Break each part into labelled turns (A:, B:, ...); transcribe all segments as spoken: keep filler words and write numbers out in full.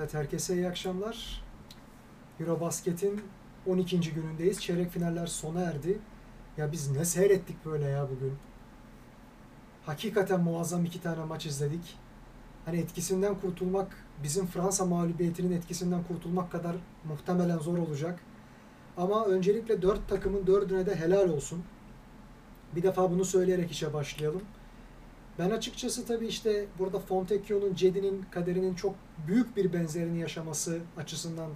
A: Evet, herkese iyi akşamlar. Eurobasket'in on ikinci günündeyiz. Çeyrek finaller sona erdi. Ya biz ne seyrettik böyle ya bugün. Hakikaten muazzam iki tane maç izledik. Hani etkisinden kurtulmak, bizim Fransa mağlubiyetinin etkisinden kurtulmak kadar muhtemelen zor olacak. Ama öncelikle dört takımın dördüne de helal olsun. Bir defa bunu söyleyerek işe başlayalım. Ben açıkçası tabii işte burada Fontecchio'nun, Cedi'nin kaderinin çok büyük bir benzerini yaşaması açısından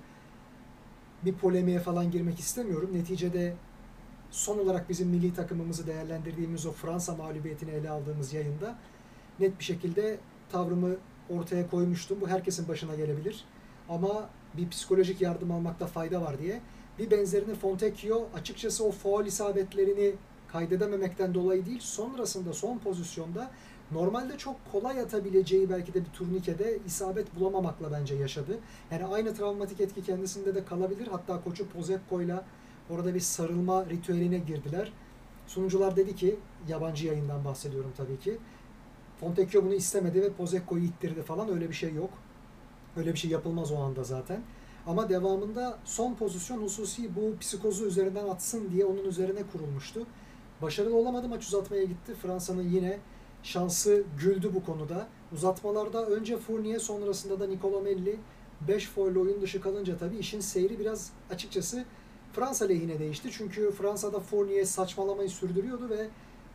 A: bir polemiğe falan girmek istemiyorum. Neticede son olarak bizim milli takımımızı değerlendirdiğimiz o Fransa mağlubiyetini ele aldığımız yayında net bir şekilde tavrımı ortaya koymuştum. Bu herkesin başına gelebilir. Ama bir psikolojik yardım almakta fayda var diye. Bir benzerini Fontecchio açıkçası o faul isabetlerini kaydedememekten dolayı değil, sonrasında son pozisyonda normalde çok kolay atabileceği belki de bir turnikede isabet bulamamakla bence yaşadı. Yani aynı travmatik etki kendisinde de kalabilir. Hatta koçu Pozekko'yla orada bir sarılma ritüeline girdiler. Sunucular dedi ki, yabancı yayından bahsediyorum tabii ki, Fontecchio bunu istemedi ve Pozekko'yu ittirdi falan, öyle bir şey yok. Öyle bir şey yapılmaz o anda zaten. Ama devamında son pozisyon hususi bu psikozu üzerinden atsın diye onun üzerine kurulmuştu. Başarılı olamadı, maç uzatmaya gitti. Fransa'nın yine şansı güldü bu konuda. Uzatmalarda önce Fournier, sonrasında da Nicolomelli beş foul oyun dışı kalınca tabii işin seyri biraz açıkçası Fransa lehine değişti. Çünkü Fransa'da Fournier saçmalamayı sürdürüyordu ve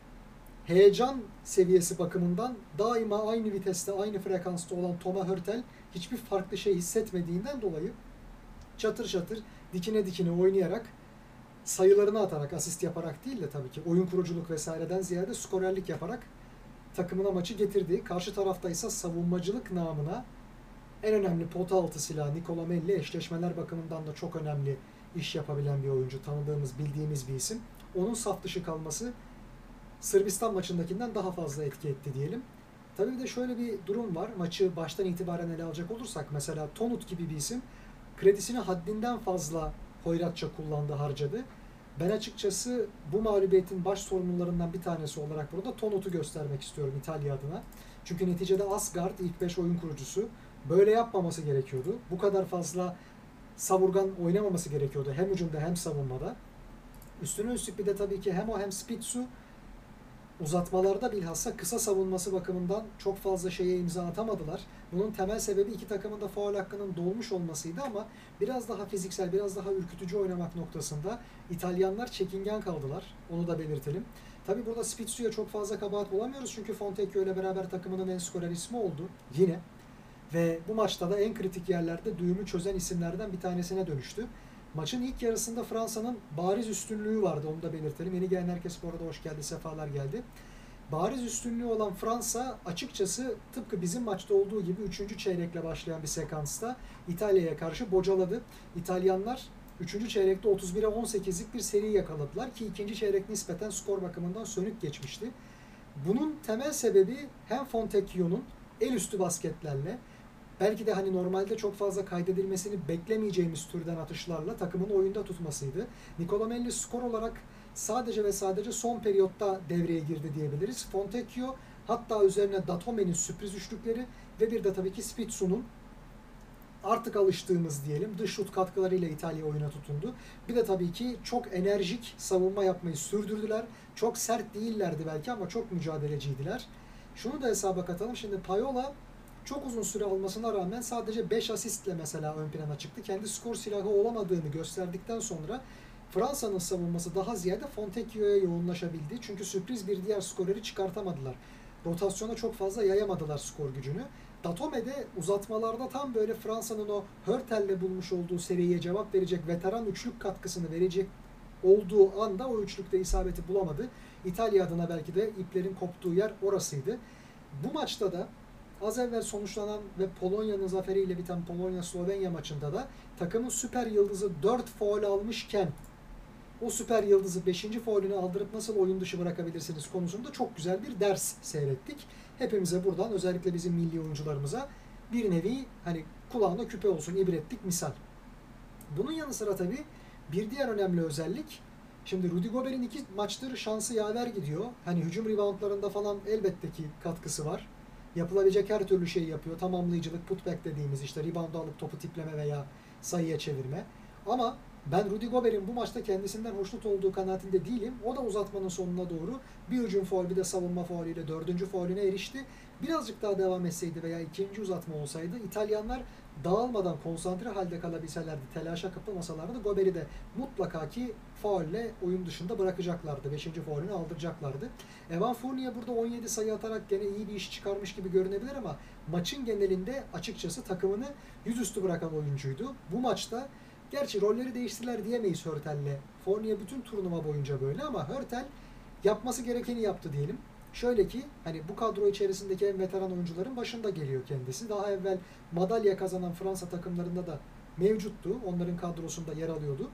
A: heyecan seviyesi bakımından daima aynı viteste, aynı frekansta olan Thomas Hurtel hiçbir farklı şey hissetmediğinden dolayı çatır çatır, dikine dikine oynayarak, sayılarını atarak, asist yaparak değil de tabii ki oyun kuruculuk vesaireden ziyade skorerlik yaparak takımına maçı getirdi. Karşı tarafta ise savunmacılık namına en önemli pota altı silahı Nicolomelli, eşleşmeler bakımından da çok önemli iş yapabilen bir oyuncu, tanıdığımız, bildiğimiz bir isim. Onun saf dışı kalması Sırbistan maçındakinden daha fazla etki etti diyelim. Tabii bir de şöyle bir durum var. Maçı baştan itibaren ele alacak olursak, mesela Tonut gibi bir isim kredisini haddinden fazla hoyratça kullandı, harcadı. Ben açıkçası bu mağlubiyetin baş sorumlularından bir tanesi olarak burada Tonut'u göstermek istiyorum İtalya adına. Çünkü neticede Asgard ilk beş oyun kurucusu, böyle yapmaması gerekiyordu. Bu kadar fazla savurgan oynamaması gerekiyordu hem hücumda hem savunmada. Üstüne üstlük bir de tabii ki hem o hem Spitsu uzatmalarda bilhassa kısa savunması bakımından çok fazla şeye imza atamadılar. Bunun temel sebebi iki takımın da faul hakkının dolmuş olmasıydı ama biraz daha fiziksel, biraz daha ürkütücü oynamak noktasında İtalyanlar çekingen kaldılar. Onu da belirtelim. Tabi burada Spitsu'ya çok fazla kabahat bulamıyoruz çünkü Fontecchio ile beraber takımının en skorer ismi oldu yine. Ve bu maçta da en kritik yerlerde düğümü çözen isimlerden bir tanesine dönüştü. Maçın ilk yarısında Fransa'nın bariz üstünlüğü vardı, onu da belirtelim. Yeni gelen herkes bu arada hoş geldi, sefalar geldi. Bariz üstünlüğü olan Fransa açıkçası tıpkı bizim maçta olduğu gibi üçüncü çeyrekle başlayan bir sekansta İtalya'ya karşı bocaladı. İtalyanlar üçüncü çeyrekte otuz bire on sekizlik bir seri yakaladılar ki ikinci çeyrek nispeten skor bakımından sönük geçmişti. Bunun temel sebebi hem Fontecchio'nun el üstü basketlerle, belki de hani normalde çok fazla kaydedilmesini beklemeyeceğimiz türden atışlarla takımın oyunda tutmasıydı. Nicolomelli skor olarak sadece ve sadece son periyotta devreye girdi diyebiliriz. Fontecchio, hatta üzerine Datome'nin sürpriz üçlükleri ve bir de tabii ki Spitsu'nun artık alıştığımız diyelim dış şut katkılarıyla İtalya oyuna tutundu. Bir de tabii ki çok enerjik savunma yapmayı sürdürdüler. Çok sert değillerdi belki ama çok mücadeleciydiler. Şunu da hesaba katalım. Şimdi Payola çok uzun süre almasına rağmen sadece beş asistle mesela ön plana çıktı. Kendi skor silahı olamadığını gösterdikten sonra Fransa'nın savunması daha ziyade Fontecchio'ya yoğunlaşabildi. Çünkü sürpriz bir diğer skoreri çıkartamadılar. Rotasyona çok fazla yayamadılar skor gücünü. Datome'de uzatmalarda tam böyle Fransa'nın o Hurtel'le bulmuş olduğu seriye cevap verecek, veteran üçlük katkısını verecek olduğu anda o üçlükte isabeti bulamadı. İtalya adına belki de iplerin koptuğu yer orasıydı. Bu maçta da az evvel sonuçlanan ve Polonya'nın zaferiyle biten Polonya-Slovenya maçında da takımın süper yıldızı dört faul almışken o süper yıldızı beşinci faulünü aldırıp nasıl oyun dışı bırakabilirsiniz konusunda çok güzel bir ders seyrettik. Hepimize buradan, özellikle bizim milli oyuncularımıza bir nevi hani kulağına küpe olsun, ibretlik misal. Bunun yanı sıra tabii bir diğer önemli özellik, şimdi Rudy Gobert'in iki maçtır şansı yaver gidiyor. Hani hücum reboundlarında falan elbette ki katkısı var. Yapılabilecek her türlü şeyi yapıyor. Tamamlayıcılık, putback dediğimiz işte rebound alıp topu tipleme veya sayıya çevirme. Ama ben Rudy Gobert'in bu maçta kendisinden hoşnut olduğu kanaatinde değilim. O da uzatmanın sonuna doğru bir hücum faul bir de savunma faulüyle dördüncü faulüne erişti. Birazcık daha devam etseydi veya ikinci uzatma olsaydı İtalyanlar dağılmadan konsantre halde kalabilselerdi, telaşa kapılmasalardı Gobert'i de mutlaka ki faulle oyun dışında bırakacaklardı. beşinci faulünü aldıracaklardı. Evan Fournier burada on yedi sayı atarak gene iyi bir iş çıkarmış gibi görünebilir ama maçın genelinde açıkçası takımını yüzüstü bırakan oyuncuydu. Bu maçta gerçi rolleri değiştiler diyemeyiz Hörtel'le. Fournier bütün turnuva boyunca böyle ama Hörtel yapması gerekeni yaptı diyelim. Şöyle ki hani bu kadro içerisindeki en veteran oyuncuların başında geliyor kendisi. Daha evvel madalya kazanan Fransa takımlarında da mevcuttu. Onların kadrosunda yer alıyordu.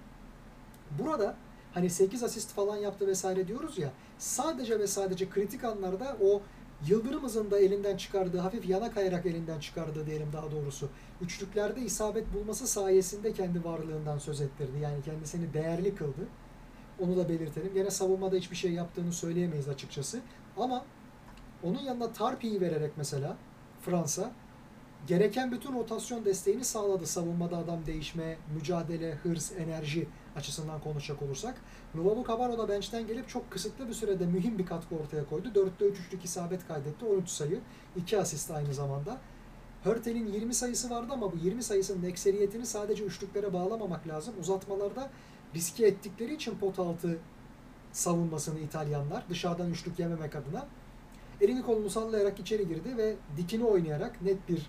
A: Burada hani sekiz asist falan yaptı vesaire diyoruz ya, sadece ve sadece kritik anlarda o yıldırım hızında elinden çıkardığı, hafif yana kayarak elinden çıkardığı diyelim daha doğrusu, üçlüklerde isabet bulması sayesinde kendi varlığından söz ettirdi. Yani kendisini değerli kıldı. Onu da belirtelim. Yine savunmada hiçbir şey yaptığını söyleyemeyiz açıkçası. Ama onun yanına Tarpi'yi vererek mesela Fransa gereken bütün rotasyon desteğini sağladı. Savunmada adam değişme, mücadele, hırs, enerji açısından konuşacak olursak. Luvavu Cabarro da bench'ten gelip çok kısıtlı bir sürede mühim bir katkı ortaya koydu. dörtte üç üçlük isabet kaydetti. on üç sayı, iki asist aynı zamanda. Hörtel'in yirmi sayısı vardı ama bu yirmi sayısının ekseriyetini sadece üçlüklere bağlamamak lazım. Uzatmalarda riske ettikleri için pot altı savunmasını İtalyanlar dışarıdan üçlük yememek adına elini kolunu sallayarak içeri girdi ve dikini oynayarak net bir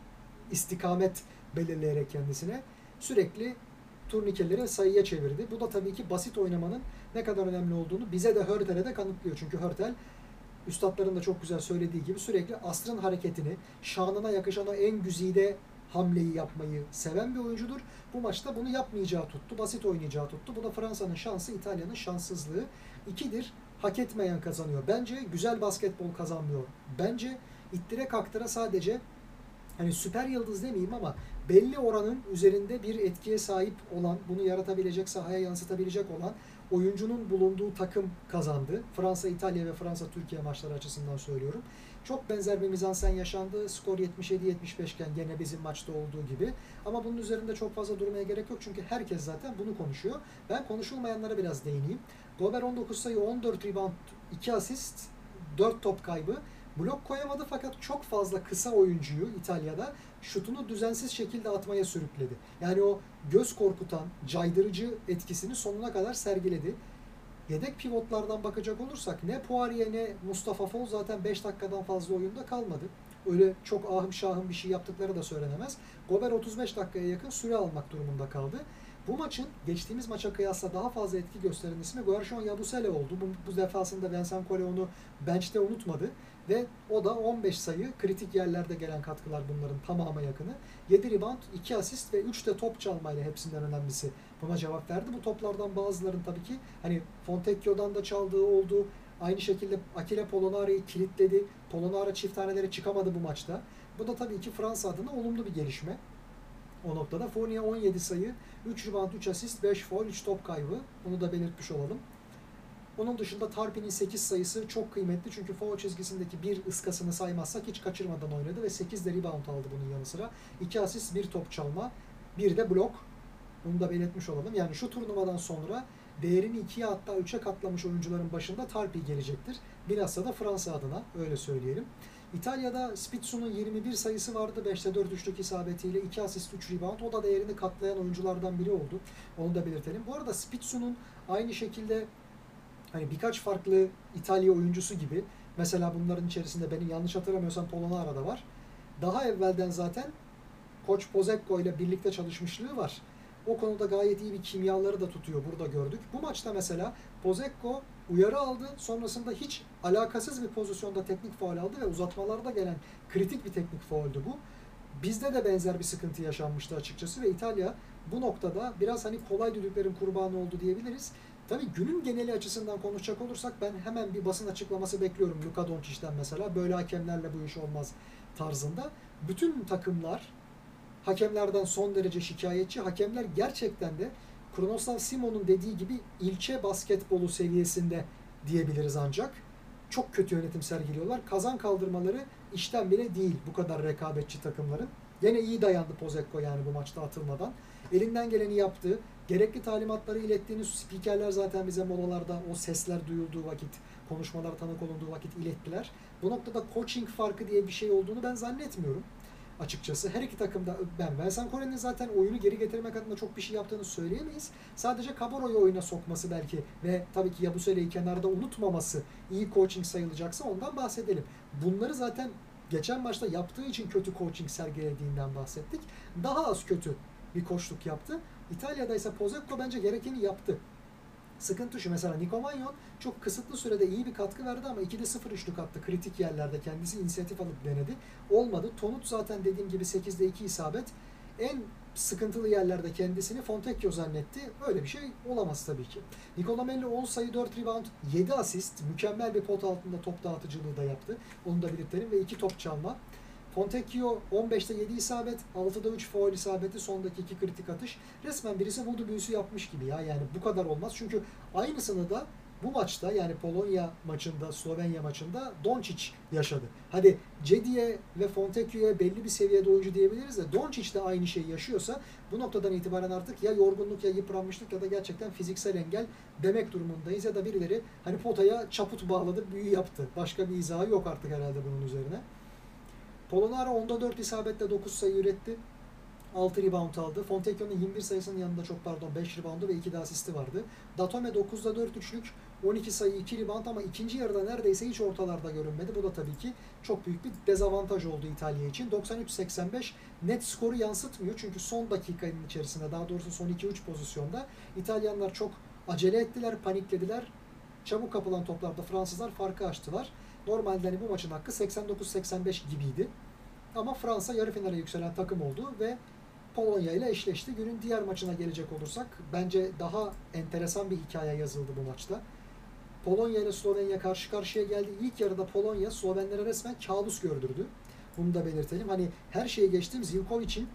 A: istikamet belirleyerek kendisine sürekli turnikeleri sayıya çevirdi. Bu da tabii ki basit oynamanın ne kadar önemli olduğunu bize de Hörtel'e de kanıtlıyor. Çünkü Hörtel üstadların da çok güzel söylediği gibi sürekli asrın hareketini, şanına yakışan o en güzide hamleyi yapmayı seven bir oyuncudur. Bu maçta bunu yapmayacağı tuttu, basit oynayacağı tuttu. Bu da Fransa'nın şansı, İtalya'nın şanssızlığı. İkidir, hak etmeyen kazanıyor. Bence güzel basketbol kazanmıyor. Bence ittire kaktıra sadece hani süper yıldız demeyeyim ama belli oranın üzerinde bir etkiye sahip olan, bunu yaratabilecek, sahaya yansıtabilecek olan oyuncunun bulunduğu takım kazandı. Fransa, İtalya ve Fransa, Türkiye maçları açısından söylüyorum. Çok benzer bir mizansen yaşandı. Skor yetmiş yedi yetmiş beş iken gene bizim maçta olduğu gibi. Ama bunun üzerinde çok fazla durmaya gerek yok. Çünkü herkes zaten bunu konuşuyor. Ben konuşulmayanlara biraz değineyim. Gobert on dokuz sayı, on dört rebound, iki asist, dört top kaybı. Blok koyamadı fakat çok fazla kısa oyuncuyu İtalya'da şutunu düzensiz şekilde atmaya sürükledi. Yani o göz korkutan, caydırıcı etkisini sonuna kadar sergiledi. Yedek pivotlardan bakacak olursak ne Poirier ne Mustafa Fall zaten beş dakikadan fazla oyunda kalmadı. Öyle çok ahım şahım bir şey yaptıkları da söylenemez. Gobert otuz beş dakikaya yakın süre almak durumunda kaldı. Bu maçın geçtiğimiz maça kıyasla daha fazla etki gösteren ismi Guerschon Yabusele oldu. Bu, bu defasında Vincent Collet onu bench'te unutmadı. Ve o da on beş sayı, kritik yerlerde gelen katkılar bunların tamamı yakını. yedi rebound, iki asist ve üç de top çalmayla hepsinden önemlisi buna cevap verdi. Bu toplardan bazıların tabii ki hani Fontecchio'dan da çaldığı oldu. Aynı şekilde Achille Polonara'yı kilitledi. Polonara çift tanelere çıkamadı bu maçta. Bu da tabii ki Fransa adına olumlu bir gelişme. O noktada Fournier on yedi sayı, üç rebound, üç asist, beş foul, üç top kaybı. Bunu da belirtmiş olalım. Onun dışında Tarpi'nin sekiz sayısı çok kıymetli çünkü foul çizgisindeki bir ıskasını saymazsak hiç kaçırmadan oynadı ve sekiz de rebound aldı bunun yanı sıra. iki asist, bir top çalma, bir de blok. Bunu da belirtmiş olalım. Yani şu turnuvadan sonra değerini ikiye hatta üçe katlamış oyuncuların başında Tarpi gelecektir. Bilhassa da Fransa adına öyle söyleyelim. İtalya'da Spitsu'nun yirmi bir sayısı vardı. beşte dört üçlük isabetiyle iki asist, üç rebound. O da değerini katlayan oyunculardan biri oldu. Onu da belirtelim. Bu arada Spitsu'nun aynı şekilde hani birkaç farklı İtalya oyuncusu gibi, mesela bunların içerisinde benim yanlış hatırlamıyorsam Polonara da var. Daha evvelden zaten Koç Pozecco ile birlikte çalışmışlığı var. O konuda gayet iyi bir kimyaları da tutuyor. Burada gördük. Bu maçta mesela Pozecco uyarı aldı. Sonrasında hiç alakasız bir pozisyonda teknik faul aldı ve uzatmalarda gelen kritik bir teknik fauldü bu. Bizde de benzer bir sıkıntı yaşanmıştı açıkçası ve İtalya bu noktada biraz hani kolay düdüklerin kurbanı oldu diyebiliriz. Tabii günün geneli açısından konuşacak olursak ben hemen bir basın açıklaması bekliyorum Luka Doncic'ten mesela. Böyle hakemlerle bu iş olmaz tarzında. Bütün takımlar hakemlerden son derece şikayetçi. Hakemler gerçekten de Krunoslav Simon'un dediği gibi ilçe basketbolu seviyesinde diyebiliriz ancak. çok kötü yönetim sergiliyorlar. Kazan kaldırmaları işten bile değil bu kadar rekabetçi takımların. Gene iyi dayandı Pozekko yani bu maçta atılmadan. Elinden geleni yaptı. Gerekli talimatları ilettiğini spikerler zaten bize molalarda o sesler duyulduğu vakit, konuşmalar tanık olunduğu vakit ilettiler. Bu noktada coaching farkı diye bir şey olduğunu ben zannetmiyorum. Açıkçası her iki takımda ben Vincent Kore'nin zaten oyunu geri getirmek adına çok bir şey yaptığını söyleyemeyiz. Sadece Cabarro'yu oyuna sokması belki ve tabii ki Yabusele'yi kenarda unutmaması iyi coaching sayılacaksa ondan bahsedelim. Bunları zaten geçen maçta yaptığı için kötü coaching sergilediğinden bahsettik. Daha az kötü bir koçluk yaptı. İtalya'da ise Pozecco bence gerekeni yaptı. Sıkıntı şu, mesela Nico Magnon çok kısıtlı sürede iyi bir katkı verdi ama ikide sıfır üçlük attı. Kritik yerlerde kendisi inisiyatif alıp denedi. Olmadı. Tonut zaten dediğim gibi sekizde iki isabet. En sıkıntılı yerlerde kendisini Fontecchio zannetti. Öyle bir şey olamaz tabii ki. Nicola Melli on sayı dört rebound yedi asist. Mükemmel bir pot altında top dağıtıcılığı da yaptı. Onu da belirtelim ve iki top çalma. Fontecchio on beşte yedi isabet, altıda üç faul isabeti, sondaki iki kritik atış. Resmen birisi voodoo büyüsü yapmış gibi ya. Yani bu kadar olmaz. Çünkü aynısını da bu maçta yani Polonya maçında, Slovenya maçında Doncic yaşadı. Hadi Cedi'ye ve Fontecchio'ya belli bir seviyede oyuncu diyebiliriz de Doncic de aynı şeyi yaşıyorsa bu noktadan itibaren artık ya yorgunluk ya yıpranmışlık ya da gerçekten fiziksel engel demek durumundayız. Ya da birileri hani potaya çaput bağladı, büyü yaptı. Başka bir izahı yok artık herhalde bunun üzerine. Polonara onda dört isabetle dokuz sayı üretti. altı rebound aldı. Fontecchio'nun yirmi bir sayısının yanında çok pardon beş reboundu ve iki de asisti vardı. Datome dokuzda dört üçlük, on iki sayı iki rebound ama ikinci yarıda neredeyse hiç ortalarda görünmedi. Bu da tabii ki çok büyük bir dezavantaj oldu İtalya için. doksan üç seksen beş net skoru yansıtmıyor. Çünkü son dakikanın içerisinde, daha doğrusu son iki üç pozisyonda İtalyanlar çok acele ettiler, paniklediler. Çabuk kapılan toplarda Fransızlar farkı açtılar. Normalde hani bu maçın hakkı seksen dokuz seksen beş gibiydi. Ama Fransa yarı finale yükselen takım oldu ve Polonya ile eşleşti. Günün diğer maçına gelecek olursak bence daha enteresan bir hikaye yazıldı bu maçta. Polonya ile Slovenya karşı karşıya geldi. İlk yarıda Polonya Slovenlere resmen kabus gördürdü. Bunu da belirtelim. Hani her şeye geçtim. Zivkovic'in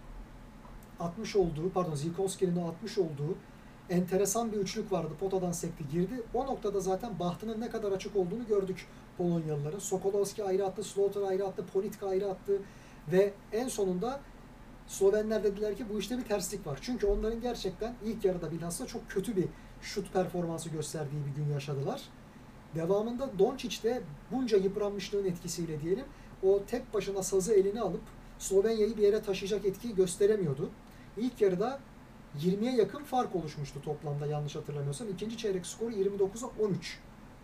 A: atmış olduğu, pardon Zivkovski'nin o atmış olduğu enteresan bir üçlük vardı. Potadan sekti girdi. O noktada zaten bahtının ne kadar açık olduğunu gördük Polonyalıların. Sokolowski ayrı attı, Slaughter ayrı attı, Ponitka ayrı attı ve en sonunda Slovenler dediler ki bu işte bir terslik var. Çünkü onların gerçekten ilk yarıda bilhassa çok kötü bir şut performansı gösterdiği bir gün yaşadılar. Devamında Doncic de bunca yıpranmışlığın etkisiyle diyelim o tek başına sazı eline alıp Slovenya'yı bir yere taşıyacak etkiyi gösteremiyordu. İlk yarıda yirmiye yakın fark oluşmuştu toplamda yanlış hatırlamıyorsam. İkinci çeyrek skoru yirmi dokuza on üç.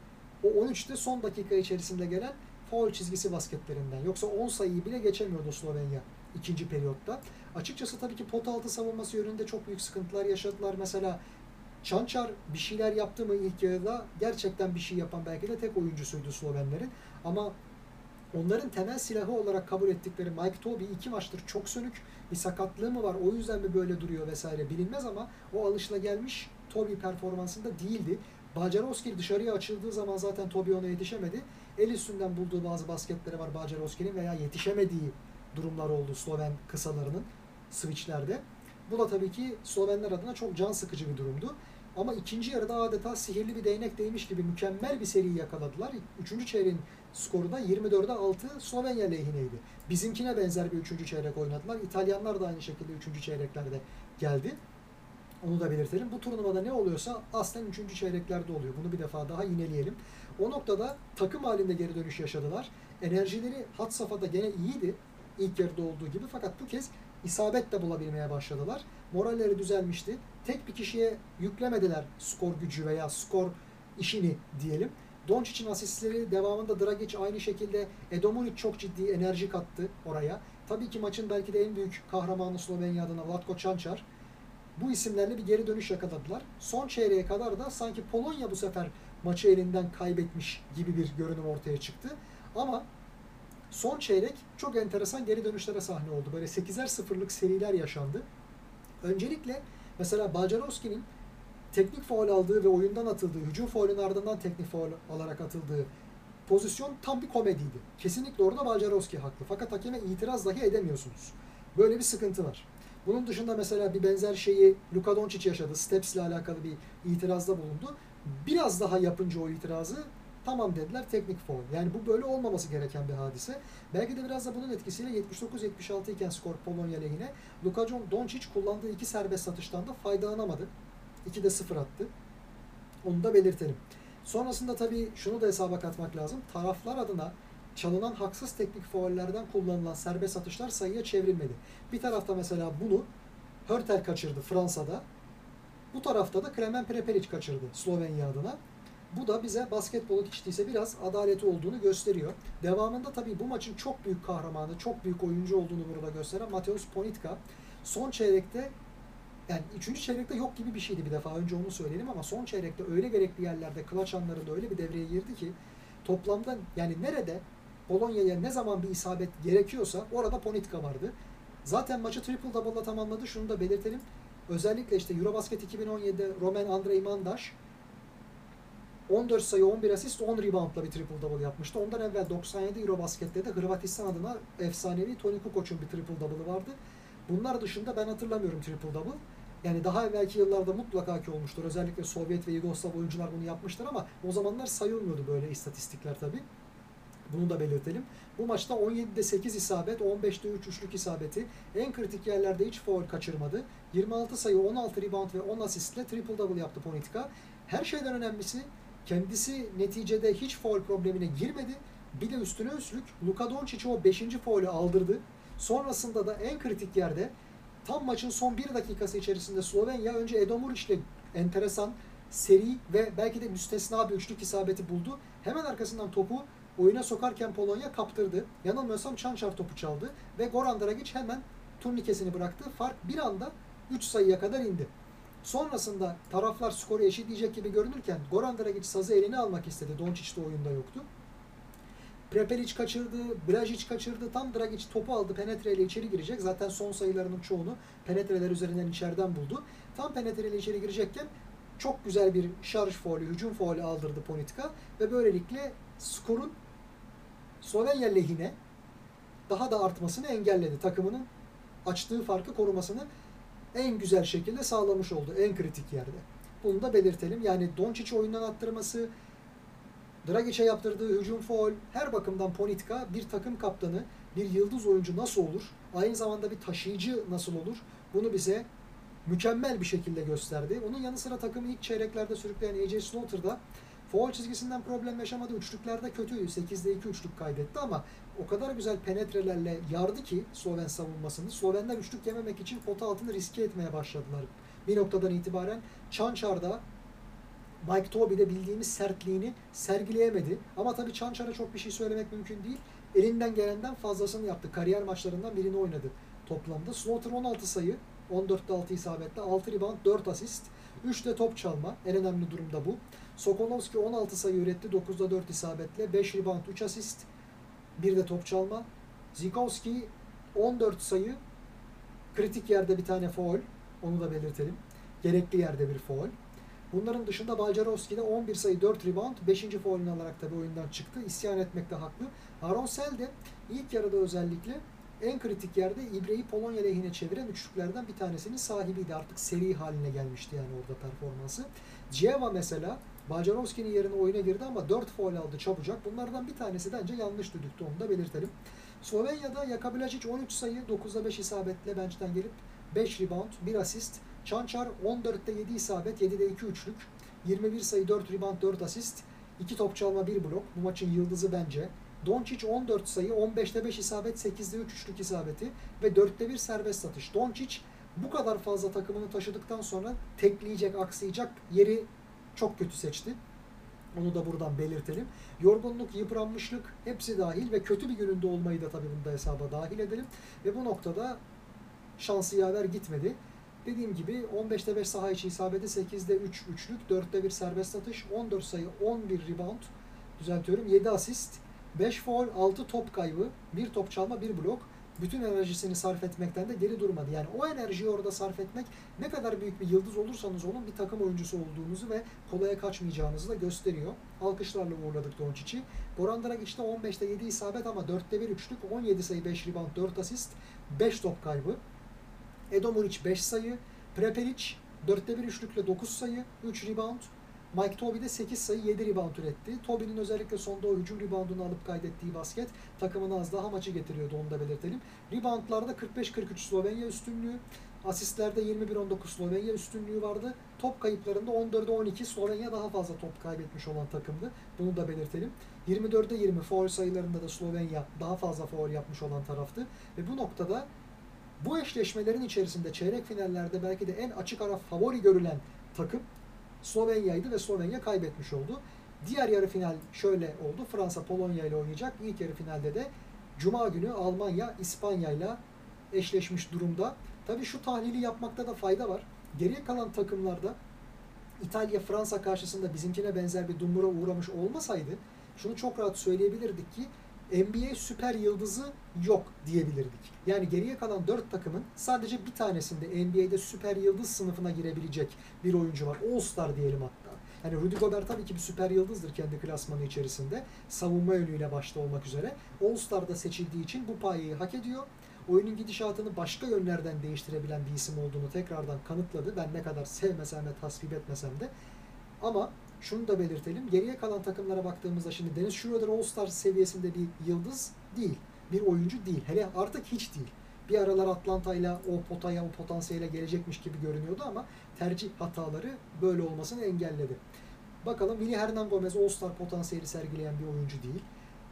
A: O on üçte son dakika içerisinde gelen faul çizgisi basketlerinden. Yoksa on sayıyı bile geçemiyordu Slovenya ikinci periyotta. Açıkçası tabii ki pot altı savunması yönünde çok büyük sıkıntılar yaşadılar. Mesela Çançar bir şeyler yaptı mı ilk yarıda? Gerçekten bir şey yapan belki de tek oyuncusuydu Slovenlerin. Ama onların temel silahı olarak kabul ettikleri Mike Tobey iki maçtır çok sönük. Bir sakatlığı mı var? O yüzden mi böyle duruyor vesaire bilinmez ama o alışılagelmiş Tobey performansında değildi. Bacarovski dışarıya açıldığı zaman zaten Tobey ona yetişemedi. El üstünden bulduğu bazı basketleri var Bacarovski'nin veya yetişemediği durumlar oldu Sloven kısalarının switchlerde. Bu da tabii ki Slovenler adına çok can sıkıcı bir durumdu. Ama ikinci yarıda adeta sihirli bir değnek değmiş gibi mükemmel bir seriyi yakaladılar. Üçüncü çeyreğin skoru da yirmi dörde altı Slovenya lehineydi. Bizimkine benzer bir üçüncü çeyrek oynadılar. İtalyanlar da aynı şekilde üçüncü çeyreklerde geldi. Onu da belirtelim. Bu turnuvada ne oluyorsa aslen üçüncü çeyreklerde oluyor. Bunu bir defa daha yineleyelim. O noktada takım halinde geri dönüş yaşadılar. Enerjileri had safhada gene iyiydi. İlk yarıda olduğu gibi. Fakat bu kez isabet de bulabilmeye başladılar. Moralleri düzelmişti. Tek bir kişiye yüklemediler skor gücü veya skor işini diyelim. Doncic'in asistleri devamında Dragic aynı şekilde. Edomunic çok ciddi enerji kattı oraya. Tabii ki maçın belki de en büyük kahramanı Slovenya adına Vlatko Čančar. Bu isimlerle bir geri dönüş yakaladılar. Son çeyreğe kadar da sanki Polonya bu sefer maçı elinden kaybetmiş gibi bir görünüm ortaya çıktı. Ama son çeyrek çok enteresan geri dönüşlere sahne oldu. Böyle sekizer sıfırlık seriler yaşandı. Öncelikle mesela Bacarovski'nin teknik faul aldığı ve oyundan atıldığı, hücum faulün ardından teknik faul alarak atıldığı pozisyon tam bir komediydi. Kesinlikle orada Bacarovski haklı. Fakat hakeme itiraz dahi edemiyorsunuz. Böyle bir sıkıntı var. Bunun dışında mesela bir benzer şeyi Luka Doncic yaşadı. Steps ile alakalı bir itirazda bulundu. Biraz daha yapınca o itirazı Tamam dediler, teknik faul. Yani bu böyle olmaması gereken bir hadise. Belki de biraz da bunun etkisiyle yetmiş dokuz yetmiş altı iken skor Polonya lehine, Luka Doncic kullandığı iki serbest atıştan da faydalanamadı. ikide sıfır attı. Onu da belirtelim. Sonrasında tabii şunu da hesaba katmak lazım. Taraflar adına çalınan haksız teknik faullerden kullanılan serbest atışlar sayıya çevrilmedi. Bir tarafta mesela bunu Hörtel kaçırdı Fransa'da. Bu tarafta da Klemen Prepelic kaçırdı Slovenya adına. Bu da bize basketbolu hiç değilse biraz adaleti olduğunu gösteriyor. Devamında tabii bu maçın çok büyük kahramanı, çok büyük oyuncu olduğunu burada gösteren Mateusz Ponitka son çeyrekte, yani üçüncü çeyrekte yok gibi bir şeydi bir defa. Önce onu söyleyelim ama son çeyrekte öyle gerekli yerlerde clutch anlarında öyle bir devreye girdi ki toplamda yani nerede Polonya'ya ne zaman bir isabet gerekiyorsa orada Ponitka vardı. Zaten maçı triple double'la tamamladı. Şunu da belirtelim. Özellikle işte Eurobasket iki bin on yedi'de Roman Andrei Mandaş on dört sayı, on bir asist, on reboundla bir triple double yapmıştı. Ondan evvel doksan yedi Eurobasket'te de Hırvatistan adına efsanevi Toni Kukoc'un bir triple double'ı vardı. Bunlar dışında ben hatırlamıyorum triple double. Yani daha evvelki yıllarda mutlaka ki olmuştur. Özellikle Sovyet ve Yugoslav oyuncular bunu yapmıştır ama o zamanlar sayılmıyordu böyle istatistikler tabii. Bunu da belirtelim. Bu maçta on yedide sekiz isabet, on beşte üç üçlük isabeti, en kritik yerlerde hiç faul kaçırmadı. yirmi altı sayı, on altı rebound ve on asistle triple double yaptı Ponitka. Her şeyden önemlisi kendisi neticede hiç faul problemine girmedi. Bir de üstüne üstlük Luka Doncic'e o beşinci faulü aldırdı. Sonrasında da en kritik yerde tam maçın son bir dakikası içerisinde Slovenya önce Edo Muric ile enteresan, seri ve belki de müstesna bir üçlük isabeti buldu. Hemen arkasından topu oyuna sokarken Polonya kaptırdı. Yanılmıyorsam Çançar topu çaldı ve Goran Dragic hemen turnikesini bıraktı. Fark bir anda üç sayıya kadar indi. Sonrasında taraflar skoru eşitleyecek gibi görünürken Goran Dragic sazı eline almak istedi. Doncic de oyunda yoktu. Prepelic kaçırdı, Blažić kaçırdı. Tam Dragic topu aldı, penetreyle içeri girecek. Zaten son sayılarının çoğunu penetreler üzerinden içeriden buldu. Tam penetreyle içeri girecekken çok güzel bir şarj faulü, hücum faulü aldırdı Ponitka ve böylelikle skorun Slovenya lehine daha da artmasını engelledi. Takımının açtığı farkı korumasını en güzel şekilde sağlamış oldu en kritik yerde. Bunu da belirtelim. Yani Doncic'i oyundan attırması, Dragic'e yaptırdığı hücum faul, her bakımdan Ponitka bir takım kaptanı, bir yıldız oyuncu nasıl olur? Aynı zamanda bir taşıyıcı nasıl olur? Bunu bize mükemmel bir şekilde gösterdi. Onun yanı sıra takımı ilk çeyreklerde sürükleyen A J Slaughter da faul çizgisinden problem yaşamadı. Üçlüklerde kötüydü. sekizde iki üçlük kaydetti ama o kadar güzel penetrelerle yardı ki Sloven savunmasını. Slovenler üçlük yememek için pota altını riske etmeye başladılar. Bir noktadan itibaren Çançar'da Mike Tobey'de bildiğimiz sertliğini sergileyemedi. Ama tabii Çançar'a çok bir şey söylemek mümkün değil. Elinden gelenden fazlasını yaptı. Kariyer maçlarından birini oynadı toplamda. Slaughter on altı sayı, on dörtte altı isabetle, altı rebound, dört asist, üçte top çalma. En önemli durum da bu. Sokolovski on altı sayı üretti, dokuzda dört isabetle, beş rebound, üç asist, bir de top çalma. Zikowski on dört sayı, kritik yerde bir tane faul, onu da belirtelim. Gerekli yerde bir faul. Bunların dışında Balcerowski de on bir sayı, dört rebound, beşinci faulünü alarak tabii oyundan çıktı. İsyan etmekte haklı. Aaron Sell de ilk yarıda özellikle en kritik yerde İbre'yi Polonya lehine çeviren üçlüklerden bir tanesinin sahibiydi. Artık seri haline gelmişti yani orada performansı. Cieva mesela Balcerowski'nin yerine oyuna girdi ama dört faul aldı çabucak. Bunlardan bir tanesi bence yanlış düdüktü, onu da belirtelim. Slovenya'da Jaka Blažić on üç sayı, dokuzda beş isabetle bench'ten gelip beş rebound, bir asist. Çançar on dörtte yedi isabet, yedide iki üçlük, yirmi bir sayı, dört rebound, dört asist, iki top çalma, bir blok. Bu maçın yıldızı bence. Doncic on dört sayı, on beşte beş isabet, sekizde üç üçlük isabeti ve dörtte bir serbest atış. Doncic bu kadar fazla takımını taşıdıktan sonra tekleyecek, aksayacak yeri çok kötü seçti. Onu da buradan belirtelim. Yorgunluk, yıpranmışlık hepsi dahil ve kötü bir gününde olmayı da tabii bunda hesaba dahil edelim. Ve bu noktada şansı yaver gitmedi. Dediğim gibi on beşte beş saha içi isabeti, sekizde üç üçlük, dörtte bir serbest atış, on dört sayı, on bir rebound, düzeltiyorum, yedi asist, beş faul, altı top kaybı, bir top çalma, bir blok. Bütün enerjisini sarf etmekten de geri durmadı. Yani o enerjiyi orada sarf etmek, ne kadar büyük bir yıldız olursanız olun bir takım oyuncusu olduğunuzu ve kolaya kaçmayacağınızı da gösteriyor. Alkışlarla uğurladık Doncic'i. Goran Dragic de on beşte yedi isabet ama dörtte bir üçlük, on yedi sayı, beş rebound, dört asist, beş top kaybı. Edo Muric beş sayı, Prepelic dörtte bir üçlükle dokuz sayı, üç rebound, Mike Tobey de sekiz sayı yedi rebound üretti. Tobey'nin özellikle sonda o hücum reboundunu alıp kaydettiği basket takımına az daha maçı getiriyordu, onu da belirtelim. Reboundlarda kırk beş kırk üç Slovenya üstünlüğü, asistlerde yirmi bir on dokuz Slovenya üstünlüğü vardı. Top kayıplarında on dörde on iki Slovenya daha fazla top kaybetmiş olan takımdı. Bunu da belirtelim. yirmi dörde yirmi faul sayılarında da Slovenya daha fazla faul yapmış olan taraftı. Ve bu noktada bu eşleşmelerin içerisinde çeyrek finallerde belki de en açık ara favori görülen takım Slovenya'ydı ve Slovenya kaybetmiş oldu. Diğer yarı final şöyle oldu. Fransa Polonya ile oynayacak. İlk yarı finalde de Cuma günü Almanya İspanya ile eşleşmiş durumda. Tabii şu tahlili yapmakta da fayda var. Geriye kalan takımlarda İtalya Fransa karşısında bizimkine benzer bir dumura uğramış olmasaydı şunu çok rahat söyleyebilirdik ki N B A süper yıldızı yok diyebilirdik. Yani geriye kalan dört takımın sadece bir tanesinde N B A'de süper yıldız sınıfına girebilecek bir oyuncu var. All-Star diyelim hatta. Yani Rudy Gobert tabii ki bir süper yıldızdır kendi klasmanı içerisinde. Savunma yönüyle başta olmak üzere. All-Star'da seçildiği için bu payeyi hak ediyor. Oyunun gidişatını başka yönlerden değiştirebilen bir isim olduğunu tekrardan kanıtladı. Ben ne kadar sevmesem de tasvip etmesem de. Ama şunu da belirtelim. Geriye kalan takımlara baktığımızda şimdi Dennis Schroeder All-Star seviyesinde bir yıldız değil. Bir oyuncu değil. Hele artık hiç değil. Bir aralar Atlanta'yla o potaya, o potansiyele gelecekmiş gibi görünüyordu ama tercih hataları böyle olmasını engelledi. Bakalım Willy Hernan Gomez All-Star potansiyeli sergileyen bir oyuncu değil.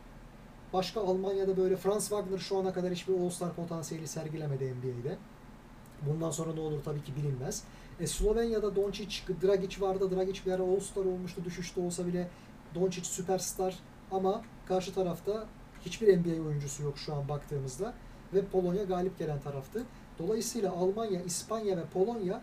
A: Başka Almanya'da böyle Franz Wagner şu ana kadar hiçbir All-Star potansiyeli sergilemedi N B A'de. Bundan sonra ne olur tabii ki bilinmez. E, Slovenya'da Doncic, Dragic vardı. Dragic bir ara All-Star olmuştu. Düşüşte olsa bile Doncic süperstar ama karşı tarafta hiçbir N B A oyuncusu yok şu an baktığımızda. Ve Polonya galip gelen taraftı. Dolayısıyla Almanya, İspanya ve Polonya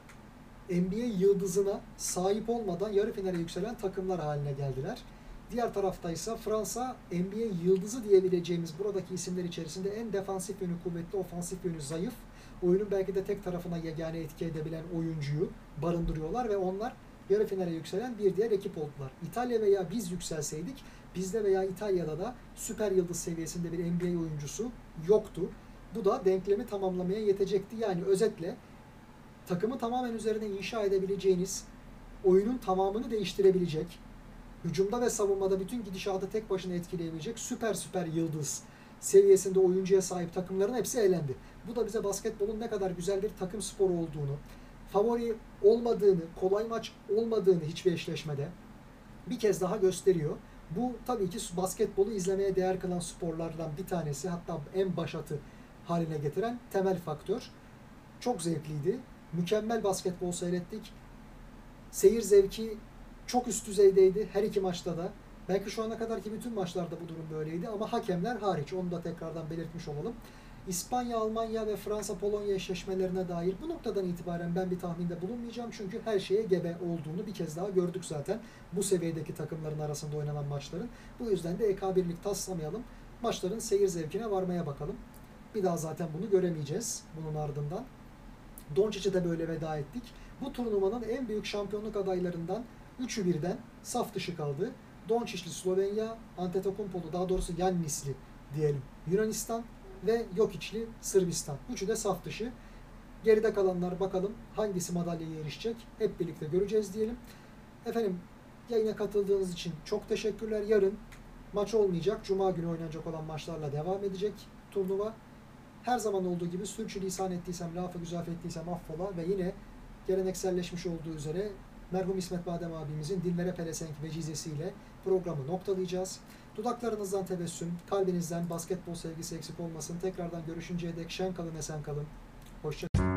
A: N B A yıldızına sahip olmadan yarı finale yükselen takımlar haline geldiler. Diğer taraftaysa Fransa, N B A yıldızı diyebileceğimiz buradaki isimler içerisinde en defansif yönü kuvvetli, ofansif yönü zayıf, oyunun belki de tek tarafına yegane etki edebilen oyuncuyu barındırıyorlar ve onlar yarı finale yükselen bir diğer ekip oldular. İtalya veya biz yükselseydik, bizde veya İtalya'da da süper yıldız seviyesinde bir N B A oyuncusu yoktu. Bu da denklemi tamamlamaya yetecekti. Yani özetle takımı tamamen üzerine inşa edebileceğiniz, oyunun tamamını değiştirebilecek, hücumda ve savunmada bütün gidişatı tek başına etkileyebilecek süper süper yıldız seviyesinde oyuncuya sahip takımların hepsi elendi. Bu da bize basketbolun ne kadar güzel bir takım sporu olduğunu, favori olmadığını, kolay maç olmadığını hiçbir eşleşmede bir kez daha gösteriyor. Bu tabii ki basketbolu izlemeye değer kılan sporlardan bir tanesi, hatta en başatı haline getiren temel faktör. Çok zevkliydi. Mükemmel basketbol seyrettik. Seyir zevki çok üst düzeydeydi her iki maçta da. Belki şu ana kadarki bütün maçlarda bu durum böyleydi ama hakemler hariç. Onu da tekrardan belirtmiş olalım. İspanya, Almanya ve Fransa, Polonya eşleşmelerine dair bu noktadan itibaren ben bir tahminde bulunmayacağım. Çünkü her şeye gebe olduğunu bir kez daha gördük zaten. Bu seviyedeki takımların arasında oynanan maçların. Bu yüzden de E K birlik taslamayalım. Maçların seyir zevkine varmaya bakalım. Bir daha zaten bunu göremeyeceğiz bunun ardından. Doncic'e de böyle veda ettik. Bu turnuvanın en büyük şampiyonluk adaylarından üçü birden saf dışı kaldı. Doncic'li Slovenya, Antetokounmpo'lu, daha doğrusu Yannis'li diyelim Yunanistan ve Jokic'li Sırbistan. Üçü de saf dışı. Geride kalanlar bakalım hangisi madalyaya erişecek. Hep birlikte göreceğiz diyelim. Efendim yayına katıldığınız için çok teşekkürler. Yarın maç olmayacak. Cuma günü oynanacak olan maçlarla devam edecek turnuva. Her zaman olduğu gibi sürçülisan ettiysem, lafı güzaf ettiysem affola ve yine gelenekselleşmiş olduğu üzere merhum İsmet Badem abimizin dillere pelesenk vecizesiyle programı noktalayacağız. Dudaklarınızdan tebessüm, kalbinizden basketbol sevgisi eksik olmasın. Tekrardan görüşünceye dek şen kalın, esen kalın. Hoşça kalın.